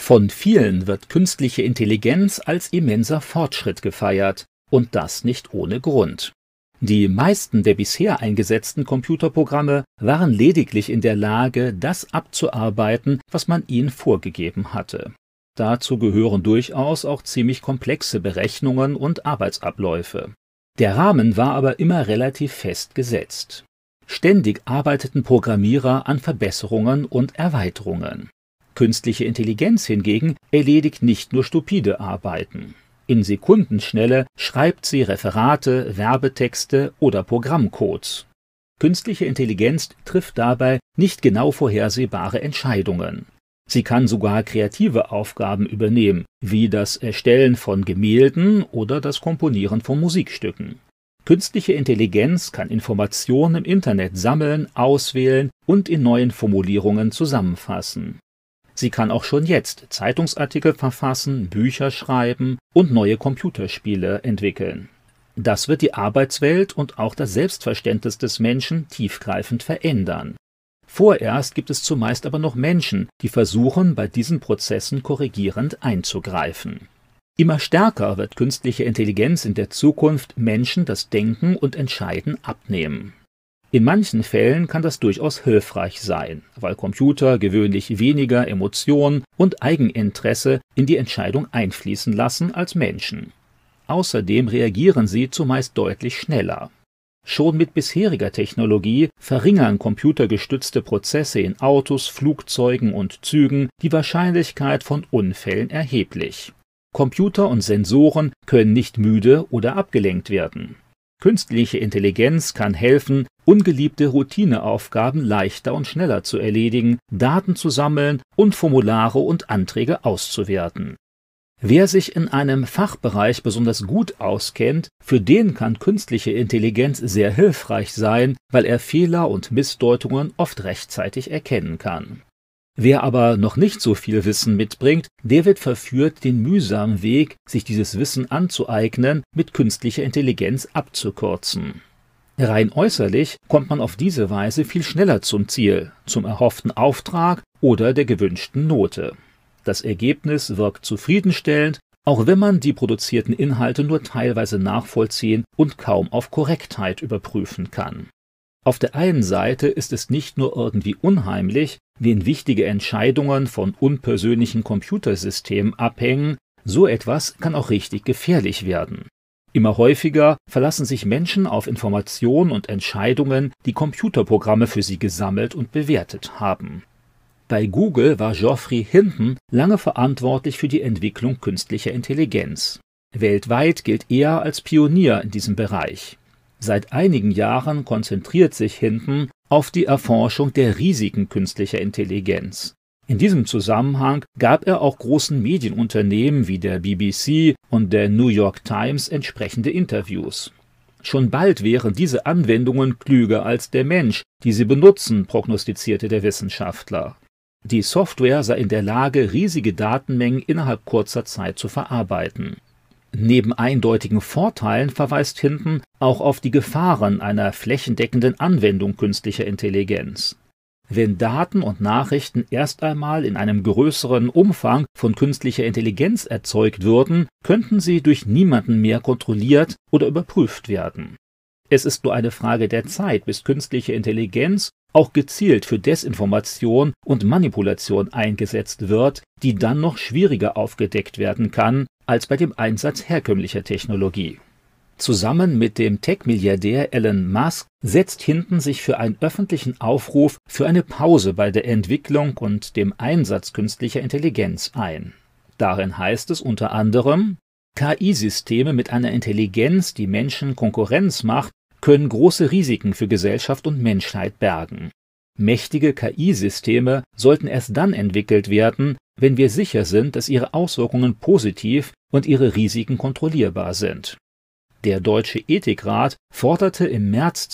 Von vielen wird künstliche Intelligenz als immenser Fortschritt gefeiert, und das nicht ohne Grund. Die meisten der bisher eingesetzten Computerprogramme waren lediglich in der Lage, das abzuarbeiten, was man ihnen vorgegeben hatte. Dazu gehören durchaus auch ziemlich komplexe Berechnungen und Arbeitsabläufe. Der Rahmen war aber immer relativ fest gesetzt. Ständig arbeiteten Programmierer an Verbesserungen und Erweiterungen. Künstliche Intelligenz hingegen erledigt nicht nur stupide Arbeiten. In Sekundenschnelle schreibt sie Referate, Werbetexte oder Programmcodes. Künstliche Intelligenz trifft dabei nicht genau vorhersehbare Entscheidungen. Sie kann sogar kreative Aufgaben übernehmen, wie das Erstellen von Gemälden oder das Komponieren von Musikstücken. Künstliche Intelligenz kann Informationen im Internet sammeln, auswählen und in neuen Formulierungen zusammenfassen. Sie kann auch schon jetzt Zeitungsartikel verfassen, Bücher schreiben und neue Computerspiele entwickeln. Das wird die Arbeitswelt und auch das Selbstverständnis des Menschen tiefgreifend verändern. Vorerst gibt es zumeist aber noch Menschen, die versuchen, bei diesen Prozessen korrigierend einzugreifen. Immer stärker wird künstliche Intelligenz in der Zukunft Menschen das Denken und Entscheiden abnehmen. In manchen Fällen kann das durchaus hilfreich sein, weil Computer gewöhnlich weniger Emotion und Eigeninteresse in die Entscheidung einfließen lassen als Menschen. Außerdem reagieren sie zumeist deutlich schneller. Schon mit bisheriger Technologie verringern computergestützte Prozesse in Autos, Flugzeugen und Zügen die Wahrscheinlichkeit von Unfällen erheblich. Computer und Sensoren können nicht müde oder abgelenkt werden. Künstliche Intelligenz kann helfen, ungeliebte Routineaufgaben leichter und schneller zu erledigen, Daten zu sammeln und Formulare und Anträge auszuwerten. Wer sich in einem Fachbereich besonders gut auskennt, für den kann künstliche Intelligenz sehr hilfreich sein, weil er Fehler und Missdeutungen oft rechtzeitig erkennen kann. Wer aber noch nicht so viel Wissen mitbringt, der wird verführt, den mühsamen Weg, sich dieses Wissen anzueignen, mit künstlicher Intelligenz abzukürzen. Rein äußerlich kommt man auf diese Weise viel schneller zum Ziel, zum erhofften Auftrag oder der gewünschten Note. Das Ergebnis wirkt zufriedenstellend, auch wenn man die produzierten Inhalte nur teilweise nachvollziehen und kaum auf Korrektheit überprüfen kann. Auf der einen Seite ist es nicht nur irgendwie unheimlich, wenn wichtige Entscheidungen von unpersönlichen Computersystemen abhängen, so etwas kann auch richtig gefährlich werden. Immer häufiger verlassen sich Menschen auf Informationen und Entscheidungen, die Computerprogramme für sie gesammelt und bewertet haben. Bei Google war Geoffrey Hinton lange verantwortlich für die Entwicklung künstlicher Intelligenz. Weltweit gilt er als Pionier in diesem Bereich. Seit einigen Jahren konzentriert sich Hinton auf die Erforschung der Risiken künstlicher Intelligenz. In diesem Zusammenhang gab er auch großen Medienunternehmen wie der BBC und der New York Times entsprechende Interviews. Schon bald wären diese Anwendungen klüger als der Mensch, die sie benutzen, prognostizierte der Wissenschaftler. Die Software sei in der Lage, riesige Datenmengen innerhalb kurzer Zeit zu verarbeiten. Neben eindeutigen Vorteilen verweist Hinton auch auf die Gefahren einer flächendeckenden Anwendung künstlicher Intelligenz. Wenn Daten und Nachrichten erst einmal in einem größeren Umfang von künstlicher Intelligenz erzeugt würden, könnten sie durch niemanden mehr kontrolliert oder überprüft werden. Es ist nur eine Frage der Zeit, bis künstliche Intelligenz auch gezielt für Desinformation und Manipulation eingesetzt wird, die dann noch schwieriger aufgedeckt werden kann als bei dem Einsatz herkömmlicher Technologie. Zusammen mit dem Tech-Milliardär Elon Musk setzt Hinton sich für einen öffentlichen Aufruf für eine Pause bei der Entwicklung und dem Einsatz künstlicher Intelligenz ein. Darin heißt es unter anderem: KI-Systeme mit einer Intelligenz, die Menschen Konkurrenz macht, können große Risiken für Gesellschaft und Menschheit bergen. Mächtige KI-Systeme sollten erst dann entwickelt werden, wenn wir sicher sind, dass ihre Auswirkungen positiv und ihre Risiken kontrollierbar sind. Der Deutsche Ethikrat forderte im März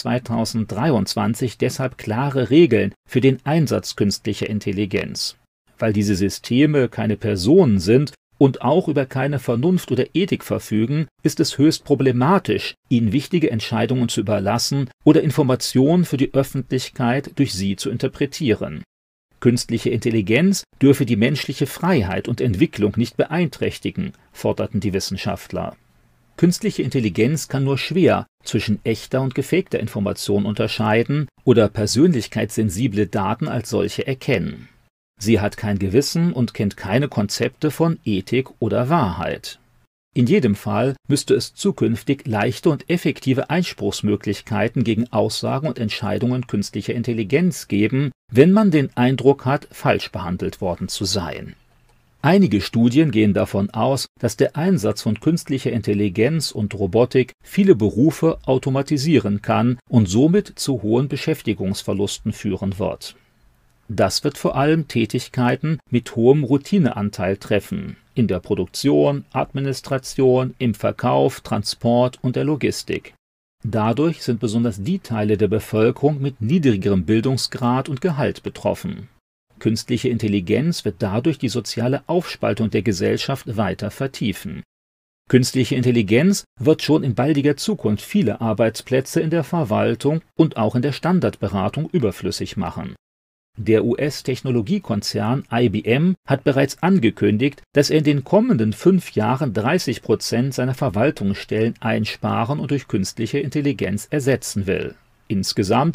2023 deshalb klare Regeln für den Einsatz künstlicher Intelligenz. Weil diese Systeme keine Personen sind und auch über keine Vernunft oder Ethik verfügen, ist es höchst problematisch, ihnen wichtige Entscheidungen zu überlassen oder Informationen für die Öffentlichkeit durch sie zu interpretieren. Künstliche Intelligenz dürfe die menschliche Freiheit und Entwicklung nicht beeinträchtigen, forderten die Wissenschaftler. Künstliche Intelligenz kann nur schwer zwischen echter und gefakter Information unterscheiden oder persönlichkeitssensible Daten als solche erkennen. Sie hat kein Gewissen und kennt keine Konzepte von Ethik oder Wahrheit. In jedem Fall müsste es zukünftig leichte und effektive Einspruchsmöglichkeiten gegen Aussagen und Entscheidungen künstlicher Intelligenz geben, wenn man den Eindruck hat, falsch behandelt worden zu sein. Einige Studien gehen davon aus, dass der Einsatz von künstlicher Intelligenz und Robotik viele Berufe automatisieren kann und somit zu hohen Beschäftigungsverlusten führen wird. Das wird vor allem Tätigkeiten mit hohem Routineanteil treffen, in der Produktion, Administration, im Verkauf, Transport und der Logistik. Dadurch sind besonders die Teile der Bevölkerung mit niedrigerem Bildungsgrad und Gehalt betroffen. Künstliche Intelligenz wird dadurch die soziale Aufspaltung der Gesellschaft weiter vertiefen. Künstliche Intelligenz wird schon in baldiger Zukunft viele Arbeitsplätze in der Verwaltung und auch in der Standardberatung überflüssig machen. Der US-Technologiekonzern IBM hat bereits angekündigt, dass er in den kommenden 5 Jahren 30% seiner Verwaltungsstellen einsparen und durch künstliche Intelligenz ersetzen will. Insgesamt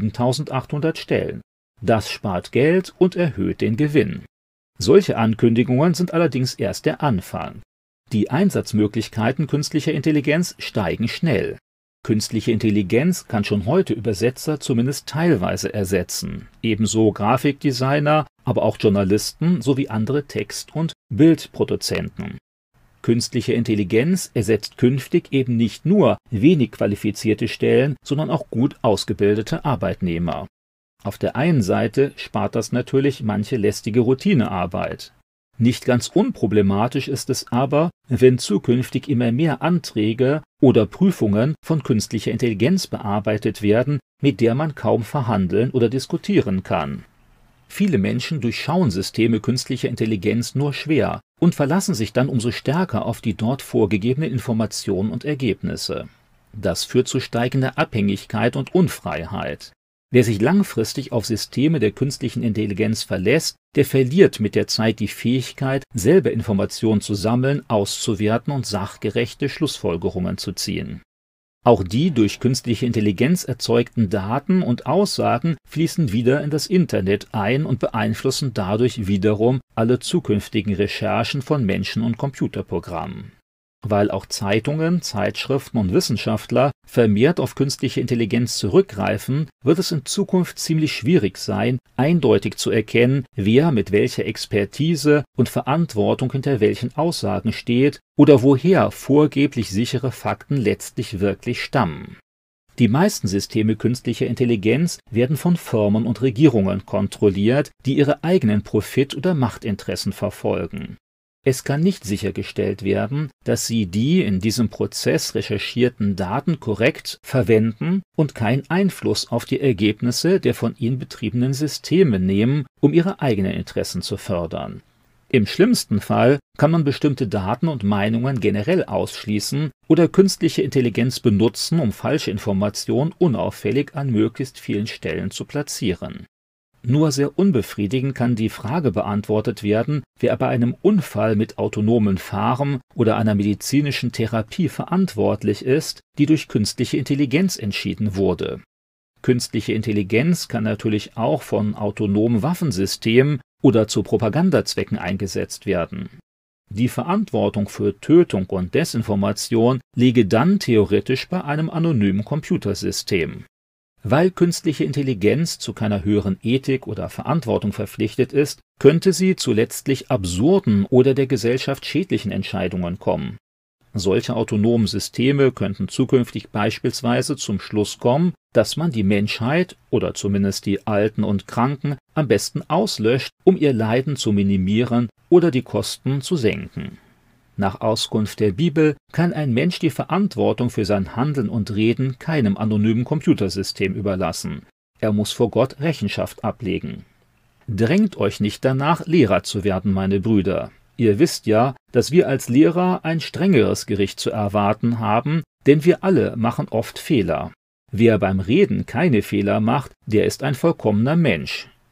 7.800 Stellen. Das spart Geld und erhöht den Gewinn. Solche Ankündigungen sind allerdings erst der Anfang. Die Einsatzmöglichkeiten künstlicher Intelligenz steigen schnell. Künstliche Intelligenz kann schon heute Übersetzer zumindest teilweise ersetzen, ebenso Grafikdesigner, aber auch Journalisten sowie andere Text- und Bildproduzenten. Künstliche Intelligenz ersetzt künftig eben nicht nur wenig qualifizierte Stellen, sondern auch gut ausgebildete Arbeitnehmer. Auf der einen Seite spart das natürlich manche lästige Routinearbeit. Nicht ganz unproblematisch ist es aber, wenn zukünftig immer mehr Anträge oder Prüfungen von künstlicher Intelligenz bearbeitet werden, mit der man kaum verhandeln oder diskutieren kann. Viele Menschen durchschauen Systeme künstlicher Intelligenz nur schwer und verlassen sich dann umso stärker auf die dort vorgegebenen Informationen und Ergebnisse. Das führt zu steigender Abhängigkeit und Unfreiheit. Wer sich langfristig auf Systeme der künstlichen Intelligenz verlässt, der verliert mit der Zeit die Fähigkeit, selber Informationen zu sammeln, auszuwerten und sachgerechte Schlussfolgerungen zu ziehen. Auch die durch künstliche Intelligenz erzeugten Daten und Aussagen fließen wieder in das Internet ein und beeinflussen dadurch wiederum alle zukünftigen Recherchen von Menschen und Computerprogrammen. Weil auch Zeitungen, Zeitschriften und Wissenschaftler vermehrt auf künstliche Intelligenz zurückgreifen, wird es in Zukunft ziemlich schwierig sein, eindeutig zu erkennen, wer mit welcher Expertise und Verantwortung hinter welchen Aussagen steht oder woher vorgeblich sichere Fakten letztlich wirklich stammen. Die meisten Systeme künstlicher Intelligenz werden von Firmen und Regierungen kontrolliert, die ihre eigenen Profit- oder Machtinteressen verfolgen. Es kann nicht sichergestellt werden, dass sie die in diesem Prozess recherchierten Daten korrekt verwenden und keinen Einfluss auf die Ergebnisse der von ihnen betriebenen Systeme nehmen, um ihre eigenen Interessen zu fördern. Im schlimmsten Fall kann man bestimmte Daten und Meinungen generell ausschließen oder künstliche Intelligenz benutzen, um falsche Informationen unauffällig an möglichst vielen Stellen zu platzieren. Nur sehr unbefriedigend kann die Frage beantwortet werden, wer bei einem Unfall mit autonomem Fahren oder einer medizinischen Therapie verantwortlich ist, die durch künstliche Intelligenz entschieden wurde. Künstliche Intelligenz kann natürlich auch von autonomen Waffensystemen oder zu Propagandazwecken eingesetzt werden. Die Verantwortung für Tötung und Desinformation liege dann theoretisch bei einem anonymen Computersystem. Weil künstliche Intelligenz zu keiner höheren Ethik oder Verantwortung verpflichtet ist, könnte sie zu letztlich absurden oder der Gesellschaft schädlichen Entscheidungen kommen. Solche autonomen Systeme könnten zukünftig beispielsweise zum Schluss kommen, dass man die Menschheit oder zumindest die Alten und Kranken am besten auslöscht, um ihr Leiden zu minimieren oder die Kosten zu senken. Nach Auskunft der Bibel kann ein Mensch die Verantwortung für sein Handeln und Reden keinem anonymen Computersystem überlassen. Er muss vor Gott Rechenschaft ablegen. Drängt euch nicht danach, Lehrer zu werden, meine Brüder. Ihr wisst ja, dass wir als Lehrer ein strengeres Gericht zu erwarten haben, denn wir alle machen oft Fehler. Wer beim Reden keine Fehler macht, der ist ein vollkommener Mensch.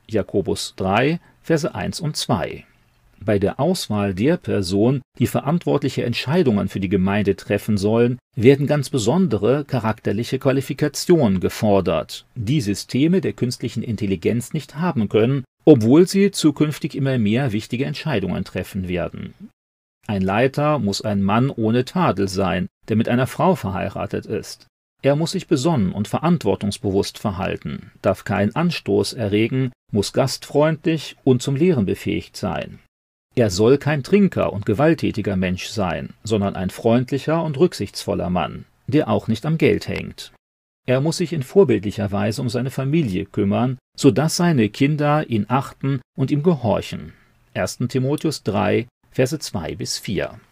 Jakobus 3, Verse 1 und 2. Bei der Auswahl der Person, die verantwortliche Entscheidungen für die Gemeinde treffen sollen, werden ganz besondere charakterliche Qualifikationen gefordert, die Systeme der künstlichen Intelligenz nicht haben können, obwohl sie zukünftig immer mehr wichtige Entscheidungen treffen werden. Ein Leiter muss ein Mann ohne Tadel sein, der mit einer Frau verheiratet ist. Er muss sich besonnen und verantwortungsbewusst verhalten, darf keinen Anstoß erregen, muss gastfreundlich und zum Lehren befähigt sein. Er soll kein Trinker und gewalttätiger Mensch sein, sondern ein freundlicher und rücksichtsvoller Mann, der auch nicht am Geld hängt. Er muss sich in vorbildlicher Weise um seine Familie kümmern, sodass seine Kinder ihn achten und ihm gehorchen. 1. Timotheus 3, Verse 2 bis 4.